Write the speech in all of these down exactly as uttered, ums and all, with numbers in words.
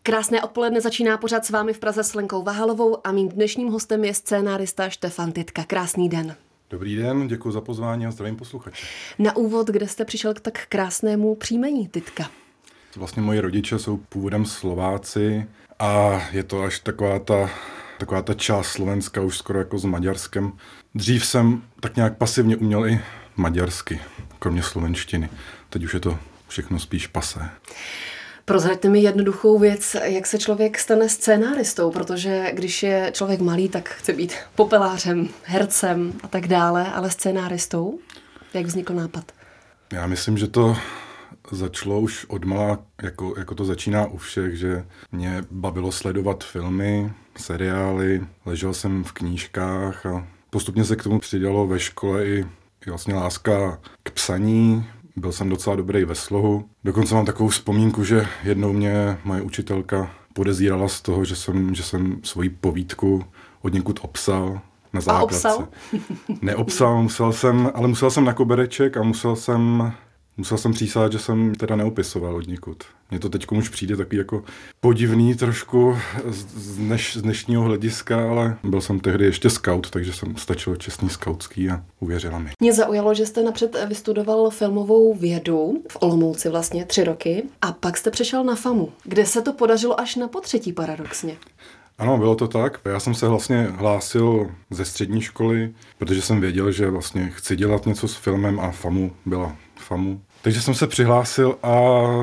Krásné odpoledne, začíná pořad s vámi v Praze s Lenkou Vahalovou a mým dnešním hostem je scénárista Štefan Tytka. Krásný den. Dobrý den, děkuji za pozvání a zdravím posluchače. Na úvod, kde jste přišel k tak krásnému příjmení Tytka? Vlastně moji rodiče jsou původem Slováci a je to až taková ta, taková ta část Slovenska už skoro jako s Maďarskem. Dřív jsem tak nějak pasivně uměl i maďarsky, kromě slovenštiny. Teď už je to všechno spíš pasé. Prozraďte mi jednoduchou věc, jak se člověk stane scénáristou, protože když je člověk malý, tak chce být popelářem, hercem a tak dále, ale scénáristou? Jak vznikl nápad? Já myslím, že to začalo už odmala, jako, jako to začíná u všech, že mě bavilo sledovat filmy, seriály, ležel jsem v knížkách a postupně se k tomu přidalo ve škole i, i vlastně láska k psaní. Byl jsem docela dobrý ve slohu. Dokonce mám takovou vzpomínku, že jednou mě moje učitelka podezírala z toho, že jsem, že jsem svoji povídku od někud obsal na základce. A obsal? Neobsal, musel jsem, ale musel jsem na kobereček a musel jsem, musel jsem přísát, že jsem teda neopisoval od někud. Mně to teď už přijde takový jako podivný trošku z, dneš, z dnešního hlediska, ale byl jsem tehdy ještě scout, takže jsem stačil čestný skautský a uvěřila mi. Mě zaujalo, že jste napřed vystudoval filmovou vědu v Olomouci vlastně tři roky a pak jste přešel na FAMU, kde se to podařilo až na potřetí paradoxně. Ano, bylo to tak. Já jsem se vlastně hlásil ze střední školy, protože jsem věděl, že vlastně chci dělat něco s filmem a FAMU byla FAMU. Takže jsem se přihlásil a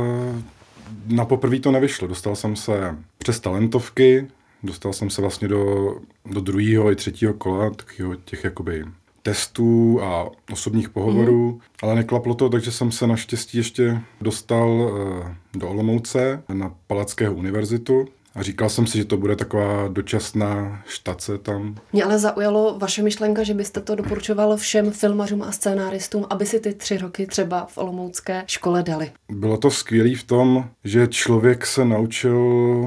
na poprvé to nevyšlo. Dostal jsem se přes talentovky, dostal jsem se vlastně do, do druhého i třetího kola takového těch jakoby testů a osobních pohovorů, mm. ale neklaplo to, takže jsem se naštěstí ještě dostal uh, do Olomouce na Palackého univerzitu. A říkal jsem si, že to bude taková dočasná štace tam. Mě ale zaujalo vaše myšlenka, že byste to doporučoval všem filmařům a scénáristům, aby si ty tři roky třeba v olomoucké škole dali. Bylo to skvělé v tom, že člověk se naučil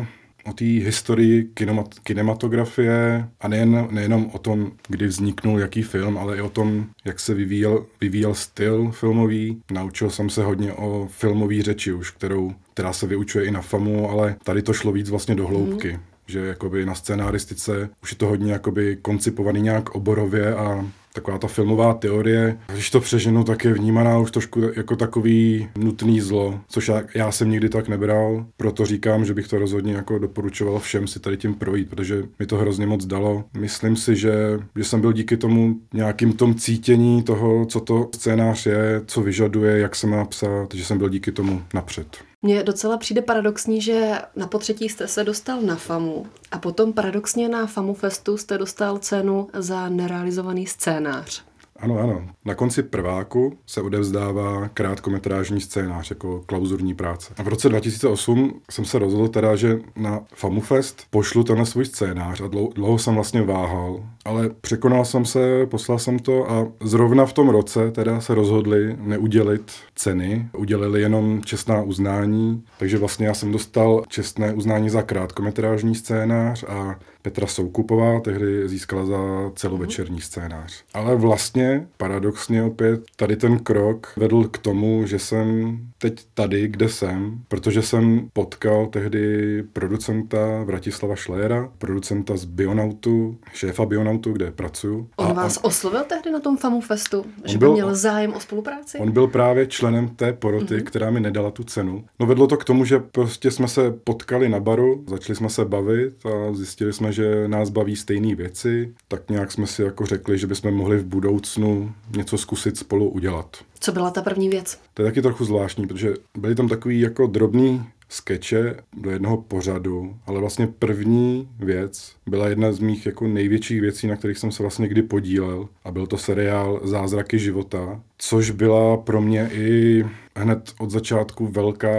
o té historii kinemat- kinematografie a nejen, nejenom o tom, kdy vzniknul jaký film, ale i o tom, jak se vyvíjel, vyvíjel styl filmový. Naučil jsem se hodně o filmové řeči už, kterou, která se vyučuje i na FAMU, ale tady to šlo víc vlastně do hloubky. Mm. Že jakoby na scénáristice už je to hodně jakoby koncipovaný nějak oborově a taková ta filmová teorie, když to přeženu, tak je vnímaná už trošku jako takový nutný zlo, což já, já jsem nikdy tak nebral, proto říkám, že bych to rozhodně jako doporučoval všem si tady tím projít, protože mi to hrozně moc dalo. Myslím si, že, že jsem byl díky tomu nějakým tom cítění toho, co to scénář je, co vyžaduje, jak se má psát, že jsem byl díky tomu napřed. Mně docela přijde paradoxní, že na potřetí jste se dostal na FAMU a potom paradoxně na FAMU Festu jste dostal cenu za nerealizovaný scénář. Ano, ano. Na konci prváku se odevzdává krátkometrážní scénář jako klauzurní práce. A v roce dva tisíce osm jsem se rozhodl teda, že na FAMU Fest pošlu tenhle svůj scénář a dlouho, dlouho jsem vlastně váhal, ale překonal jsem se, poslal jsem to a zrovna v tom roce teda se rozhodli neudělit ceny, udělili jenom čestná uznání, takže vlastně já jsem dostal čestné uznání za krátkometrážní scénář a Petra Soukupová tehdy získala za celovečerní scénář. Ale vlastně, paradoxně opět, tady ten krok vedl k tomu, že jsem teď tady, kde jsem, protože jsem potkal tehdy producenta Vratislava Šléra, producenta z Bionautu, šéfa Bionautu, kde pracuju. On a vás on, oslovil tehdy na tom FAMU Festu, že byl, by měl zájem o spolupráci? On byl právě členem té poroty, mm-hmm. která mi nedala tu cenu. No vedlo to k tomu, že prostě jsme se potkali na baru, začali jsme se bavit a zjistili jsme, že nás baví stejné věci, tak nějak jsme si jako řekli, že bychom mohli v budoucnu něco zkusit spolu udělat. Co byla ta první věc? To je taky trochu zvláštní, protože byly tam takový jako drobný skeče do jednoho pořadu, ale vlastně první věc byla jedna z mých jako největších věcí, na kterých jsem se vlastně kdy podílel a byl to seriál Zázraky života, což byla pro mě i hned od začátku velká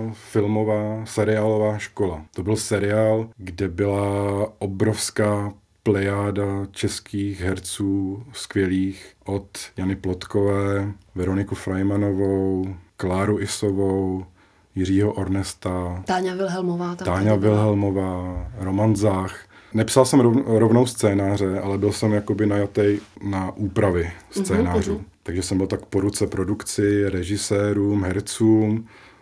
filmová seriálová škola. To byl seriál, kde byla obrovská plejáda českých herců skvělých od Jany Plotkové, Veroniku Frajmanovou, Kláru Isovou, Jiřího Ornesta, Táňa Vilhelmová. Táňa Vilhelmová, Roman Zách. Nepsal jsem rovnou scénáře, ale byl jsem jakoby najatý na úpravy scénářů. Uh-huh, uh-huh. Takže jsem byl tak po ruce produkci, režisérům, hercům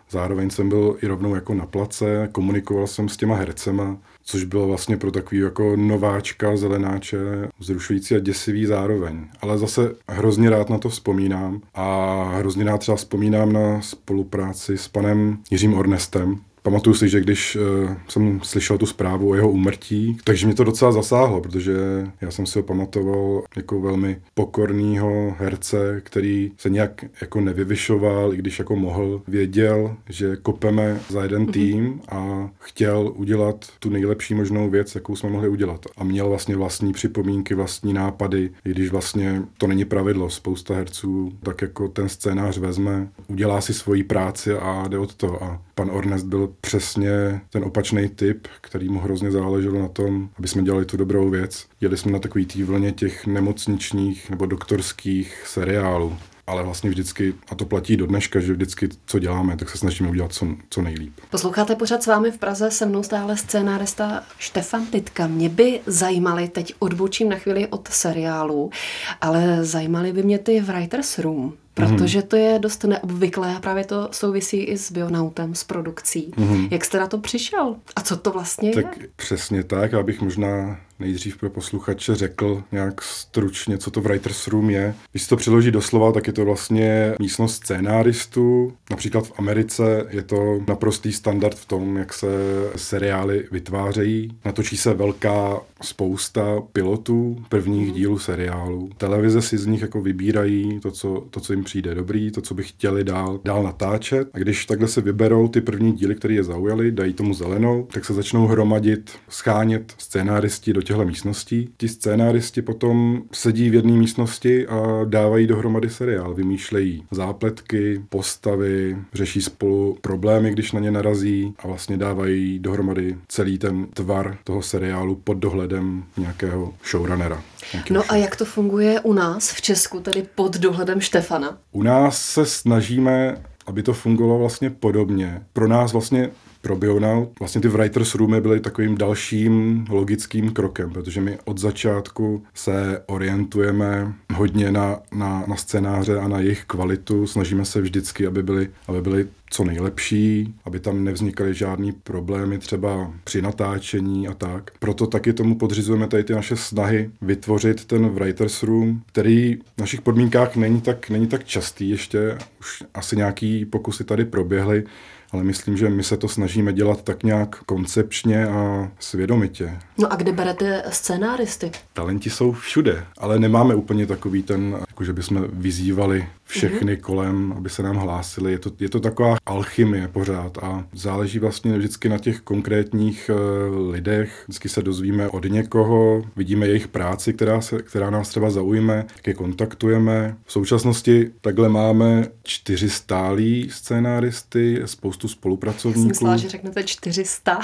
zároveň jsem byl i rovnou jako na place, komunikoval jsem s těma hercema, což bylo vlastně pro takový jako nováčka, zelenáče, vzrušující a děsivý zároveň. Ale zase hrozně rád na to vzpomínám a hrozně rád třeba vzpomínám na spolupráci s panem Jiřím Ornestem. Pamatuju si, že když uh, jsem slyšel tu zprávu o jeho úmrtí, takže mě to docela zasáhlo, protože já jsem si ho pamatoval jako velmi pokorného herce, který se nějak jako nevyvyšoval, i když jako mohl, věděl, že kopeme za jeden tým a chtěl udělat tu nejlepší možnou věc, jakou jsme mohli udělat. A měl vlastně vlastní připomínky, vlastní nápady, i když vlastně to není pravidlo. Spousta herců tak jako ten scénář vezme, udělá si svoji práci a jde od toho. A pan Ornest byl přesně ten opačný typ, který mu hrozně záleželo na tom, aby jsme dělali tu dobrou věc. Jeli jsme na takový tý vlně těch nemocničních nebo doktorských seriálů. Ale vlastně vždycky, a to platí do dneška, že vždycky, co děláme, tak se snažíme udělat co, co nejlíp. Posloucháte pořád s vámi v Praze, se mnou stále scénárista Štefan Titka. Mě by zajímaly, teď odbočím na chvíli od seriálu, ale zajímaly by mě ty Writers Room, protože to je dost neobvyklé a právě to souvisí i s Bionautem, s produkcí. Mm-hmm. Jak jste na to přišel? A co to vlastně tak je? Přesně tak, abych možná nejdřív pro posluchače řekl nějak stručně, co to Writers Room je. Když se to přeloží do slova, tak je to vlastně místnost scénáristů. Například v Americe je to naprostý standard v tom, jak se seriály vytvářejí. Natočí se velká spousta pilotů prvních dílů seriálů. Televize si z nich jako vybírají to, co, to, co jim přijde dobrý, to, co by chtěli dál, dál natáčet. A když takhle se vyberou ty první díly, které je zaujaly, dají tomu zelenou, tak se začnou hromadit, schánět scénáristi do těchto místností. Ti scénáristi potom sedí v jedné místnosti a dávají dohromady seriál. Vymýšlejí zápletky, postavy, řeší spolu problémy, když na ně narazí a vlastně dávají dohromady celý ten tvar toho seriálu pod dohledem nějakého showrunnera. No a jak to funguje u nás v Česku, tedy pod dohledem Štefana? U nás se snažíme, aby to fungovalo vlastně podobně. Pro nás vlastně pro Bionaut vlastně ty Writers Roomy byly takovým dalším logickým krokem, protože my od začátku se orientujeme hodně na, na, na scénáře a na jejich kvalitu. Snažíme se vždycky, aby byly, aby byly co nejlepší, aby tam nevznikaly žádný problémy třeba při natáčení a tak. Proto taky tomu podřizujeme tady ty naše snahy vytvořit ten Writers Room, který v našich podmínkách není tak, není tak častý ještě. Už asi nějaký pokusy tady proběhly, ale myslím, že my se to snažíme dělat tak nějak koncepčně a svědomitě. No a kde berete scénáristy? Talenti jsou všude, ale nemáme úplně takový ten, jako že bychom vyzývali všechny mm-hmm. kolem, aby se nám hlásili. Je to, je to taková alchymie pořád a záleží vlastně vždycky na těch konkrétních uh, lidech. Vždycky se dozvíme od někoho, vidíme jejich práci, která, se, která nás třeba zaujme, tak je kontaktujeme. V současnosti takhle máme čtyři stálí scénáristy, spoustu spolupracovníků. Já jsem myslela, že řeknete čtyři sta.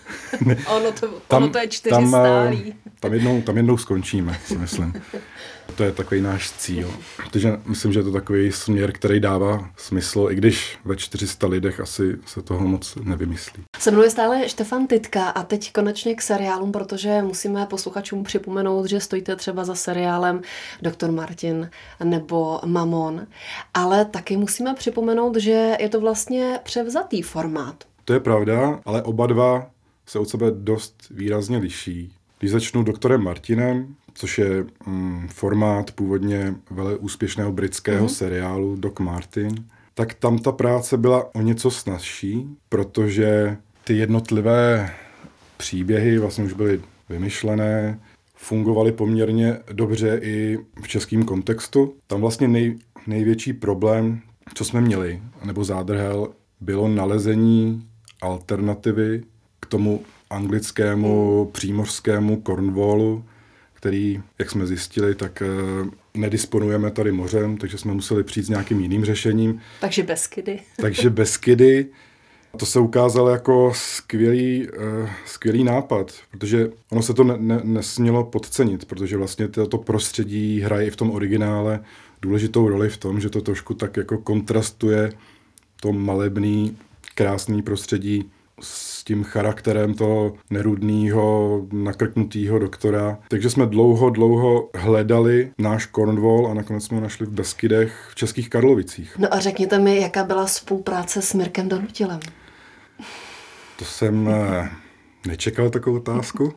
ono, to, tam, ono to je čtyři tam, stálí. Tam jednou, tam jednou skončíme, si myslím. To je takový náš cíl. Protože myslím, že je to takový směr, který dává smysl, i když ve čtyři sta lidech asi se toho moc nevymyslí. Se mnou je stále Štefan Titka a teď konečně k seriálům, protože musíme posluchačům připomenout, že stojíte třeba za seriálem Doktor Martin nebo Mamon, ale taky musíme připomenout, že je to vlastně převzatý formát. To je pravda, ale oba dva se od sebe dost výrazně liší. Když začnu Doktorem Martinem, což je mm, formát původně vele úspěšného britského mm-hmm. seriálu Doc Martin, tak tam ta práce byla o něco snazší, protože ty jednotlivé příběhy vlastně už byly vymyšlené, fungovaly poměrně dobře i v českém kontextu. Tam vlastně nej, největší problém, co jsme měli, nebo zádrhel, bylo nalezení alternativy k tomu anglickému přímořskému Cornwallu, který, jak jsme zjistili, tak eh, nedisponujeme tady mořem, takže jsme museli přijít s nějakým jiným řešením. Takže Beskydy. Takže Beskydy. To se ukázalo jako skvělý, eh, skvělý nápad, protože ono se to ne, ne, nesmělo podcenit, protože vlastně toto prostředí hraje i v tom originále důležitou roli v tom, že to trošku tak jako kontrastuje to malebný, krásný prostředí s tím charakterem toho nerudného, nakrknutého doktora. Takže jsme dlouho, dlouho hledali náš Cornwall a nakonec jsme ho našli v Beskydech v Českých Karlovicích. No a řekněte mi, jaká byla spolupráce s Mirkem Donutilem? To jsem nečekal takovou otázku.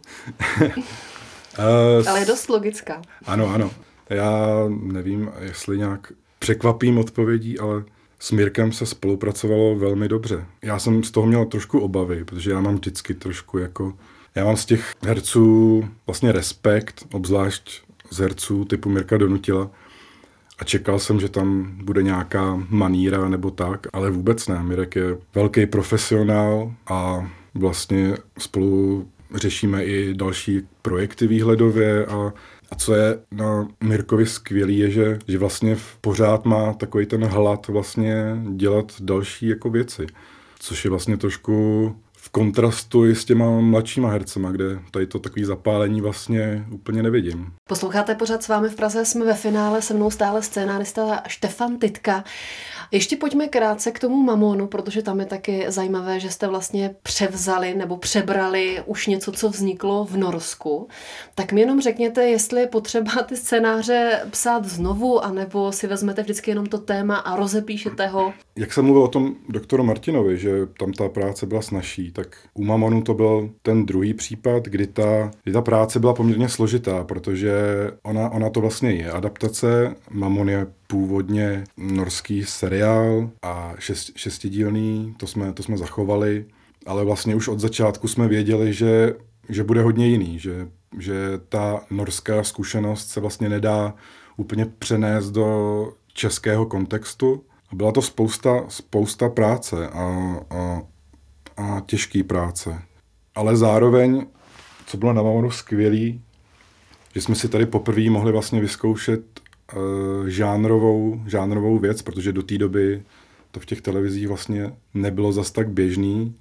Ale je dost logická. Ano, ano. Já nevím, jestli nějak překvapím odpovědí, ale s Mirkem se spolupracovalo velmi dobře. Já jsem z toho měl trošku obavy, protože já mám vždycky trošku jako... Já mám z těch herců vlastně respekt, obzvlášť z herců typu Mirka Donutila. A čekal jsem, že tam bude nějaká maníra nebo tak, ale vůbec ne. Mirek je velký profesionál a vlastně spolu řešíme i další projekty výhledově a A co je na Mirkovi skvělý, je, že, že vlastně pořád má takový ten hlad vlastně dělat další jako věci. Což je vlastně trošku v kontrastu i s těma mladšíma hercema, kde tady to takový zapálení vlastně úplně nevidím. Posloucháte pořád S vámi v Praze, jsme ve finále, se mnou stále scénárista Štefan Tytka. Ještě pojďme krátce k tomu Mamonu, protože tam je taky zajímavé, že jste vlastně převzali nebo přebrali už něco, co vzniklo v Norsku. Tak mi jenom řekněte, jestli je potřeba ty scénáře psát znovu, anebo si vezmete vždycky jenom to téma a rozepíšete ho. Jak jsem mluvil o tom doktoru Martinovi, že tam ta práce byla snazší, tak u Mamonu to byl ten druhý případ, kdy ta, kdy ta práce byla poměrně složitá, protože ona, ona to vlastně je adaptace. Mamon je původně norský seriál a šest, šestidílný, to jsme, to jsme zachovali, ale vlastně už od začátku jsme věděli, že, že bude hodně jiný, že, že ta norská zkušenost se vlastně nedá úplně přenést do českého kontextu. A byla to spousta, spousta práce a, a, a těžký práce. Ale zároveň, co bylo na Mamonu skvělý, že jsme si tady poprvé mohli vlastně vyzkoušet uh, žánrovou, žánrovou věc, protože do té doby to v těch televizích vlastně nebylo zas tak běžný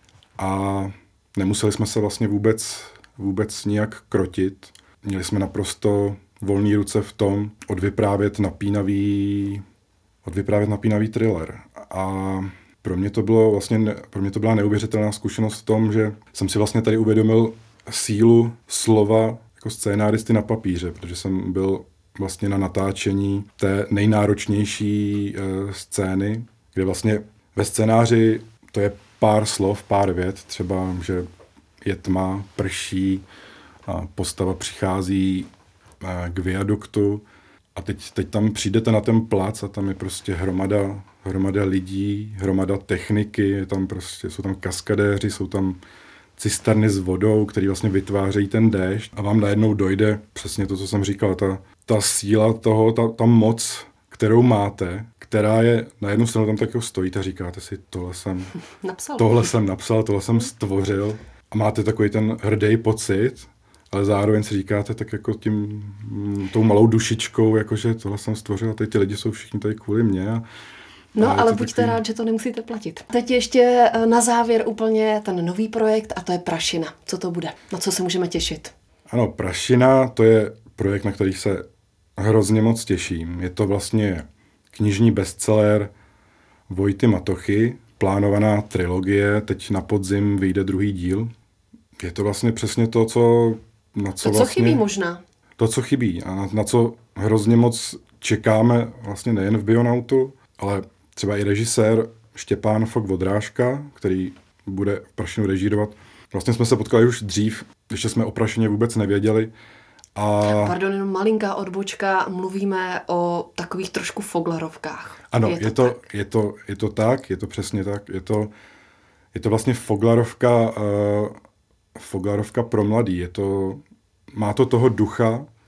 a nemuseli jsme se vlastně vůbec, vůbec nijak krotit. Měli jsme naprosto volné ruce v tom odvyprávět napínavý, odvyprávět napínavý thriller. A pro mě to bylo vlastně, pro mě to byla neuvěřitelná zkušenost v tom, že jsem si vlastně tady uvědomil sílu slova jako scénáristy na papíře, protože jsem byl vlastně na natáčení té nejnáročnější e, scény, kde vlastně ve scénáři to je pár slov, pár vět, třeba, že je tma, prší, a postava přichází e, k viaduktu a teď, teď tam přijdete na ten plac a tam je prostě hromada, hromada lidí, hromada techniky, je tam prostě, jsou tam kaskadéři, jsou tam cisterny s vodou, který vlastně vytvářejí ten déšť a vám najednou dojde přesně to, co jsem říkal, ta, ta síla toho, ta, ta moc, kterou máte, která je na jednu stranu tam tak jako stojíte a říkáte si, tohle jsem napsal. tohle jsem napsal, tohle jsem stvořil a máte takový ten hrdý pocit, ale zároveň si říkáte tak jako tím, tou malou dušičkou, jakože tohle jsem stvořil a teď ty lidi jsou všichni tady kvůli mně. A No, ale, ale buďte takový... rád, že to nemusíte platit. Teď ještě na závěr úplně ten nový projekt a to je Prašina. Co to bude? Na co se můžeme těšit? Ano, Prašina, to je projekt, na který se hrozně moc těším. Je to vlastně knižní bestseller Vojty Matochy, plánovaná trilogie, teď na podzim vyjde druhý díl. Je to vlastně přesně to, co... Na co, to, co vlastně, chybí možná. To, co chybí a na, na co hrozně moc čekáme vlastně nejen v Bionautu, ale třeba i režisér Štěpán Fok-Vodrážka, který bude Prašinu režírovat. Vlastně jsme se potkali už dřív, ještě jsme o Prašině vůbec nevěděli. A... Pardon, jenom malinká odbočka, mluvíme o takových trošku foglarovkách. Ano, je to, je to, tak? je to, je to tak, je to přesně tak. Je to, je to vlastně foglarovka, uh, foglarovka pro mladý. Je to, má to toho ducha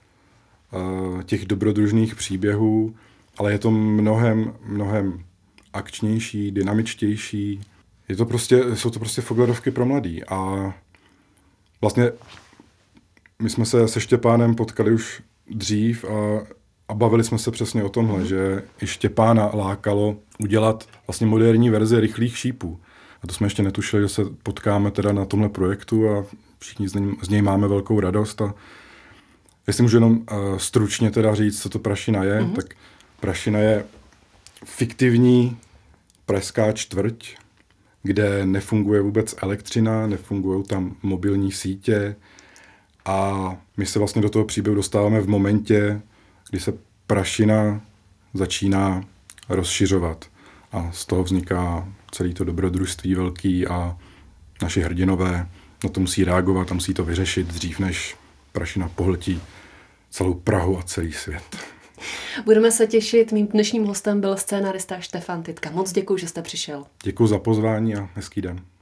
uh, těch dobrodružných příběhů, ale je to mnohem, mnohem akčnější, dynamičtější. Je to prostě, jsou to prostě foglarovky pro mladý. A vlastně my jsme se se Štěpánem potkali už dřív a, a bavili jsme se přesně o tomhle, mm. že i Štěpána lákalo udělat vlastně moderní verzi Rychlých šípů. A to jsme ještě netušili, že se potkáme teda na tomhle projektu a všichni z něj, z něj máme velkou radost. A jestli můžu jenom uh, stručně teda říct, co to Prašina je, mm. tak Prašina je fiktivní pražská čtvrť, kde nefunguje vůbec elektřina, nefungují tam mobilní sítě a my se vlastně do toho příběhu dostáváme v momentě, kdy se prašina začíná rozšiřovat a z toho vzniká celé to dobrodružství velký a naši hrdinové na to musí reagovat a musí to vyřešit dřív, než prašina pohltí celou Prahu a celý svět. Budeme se těšit. Mým dnešním hostem byl scénarista Štefan Titka. Moc děkuji, že jste přišel. Děkuji za pozvání a hezký den.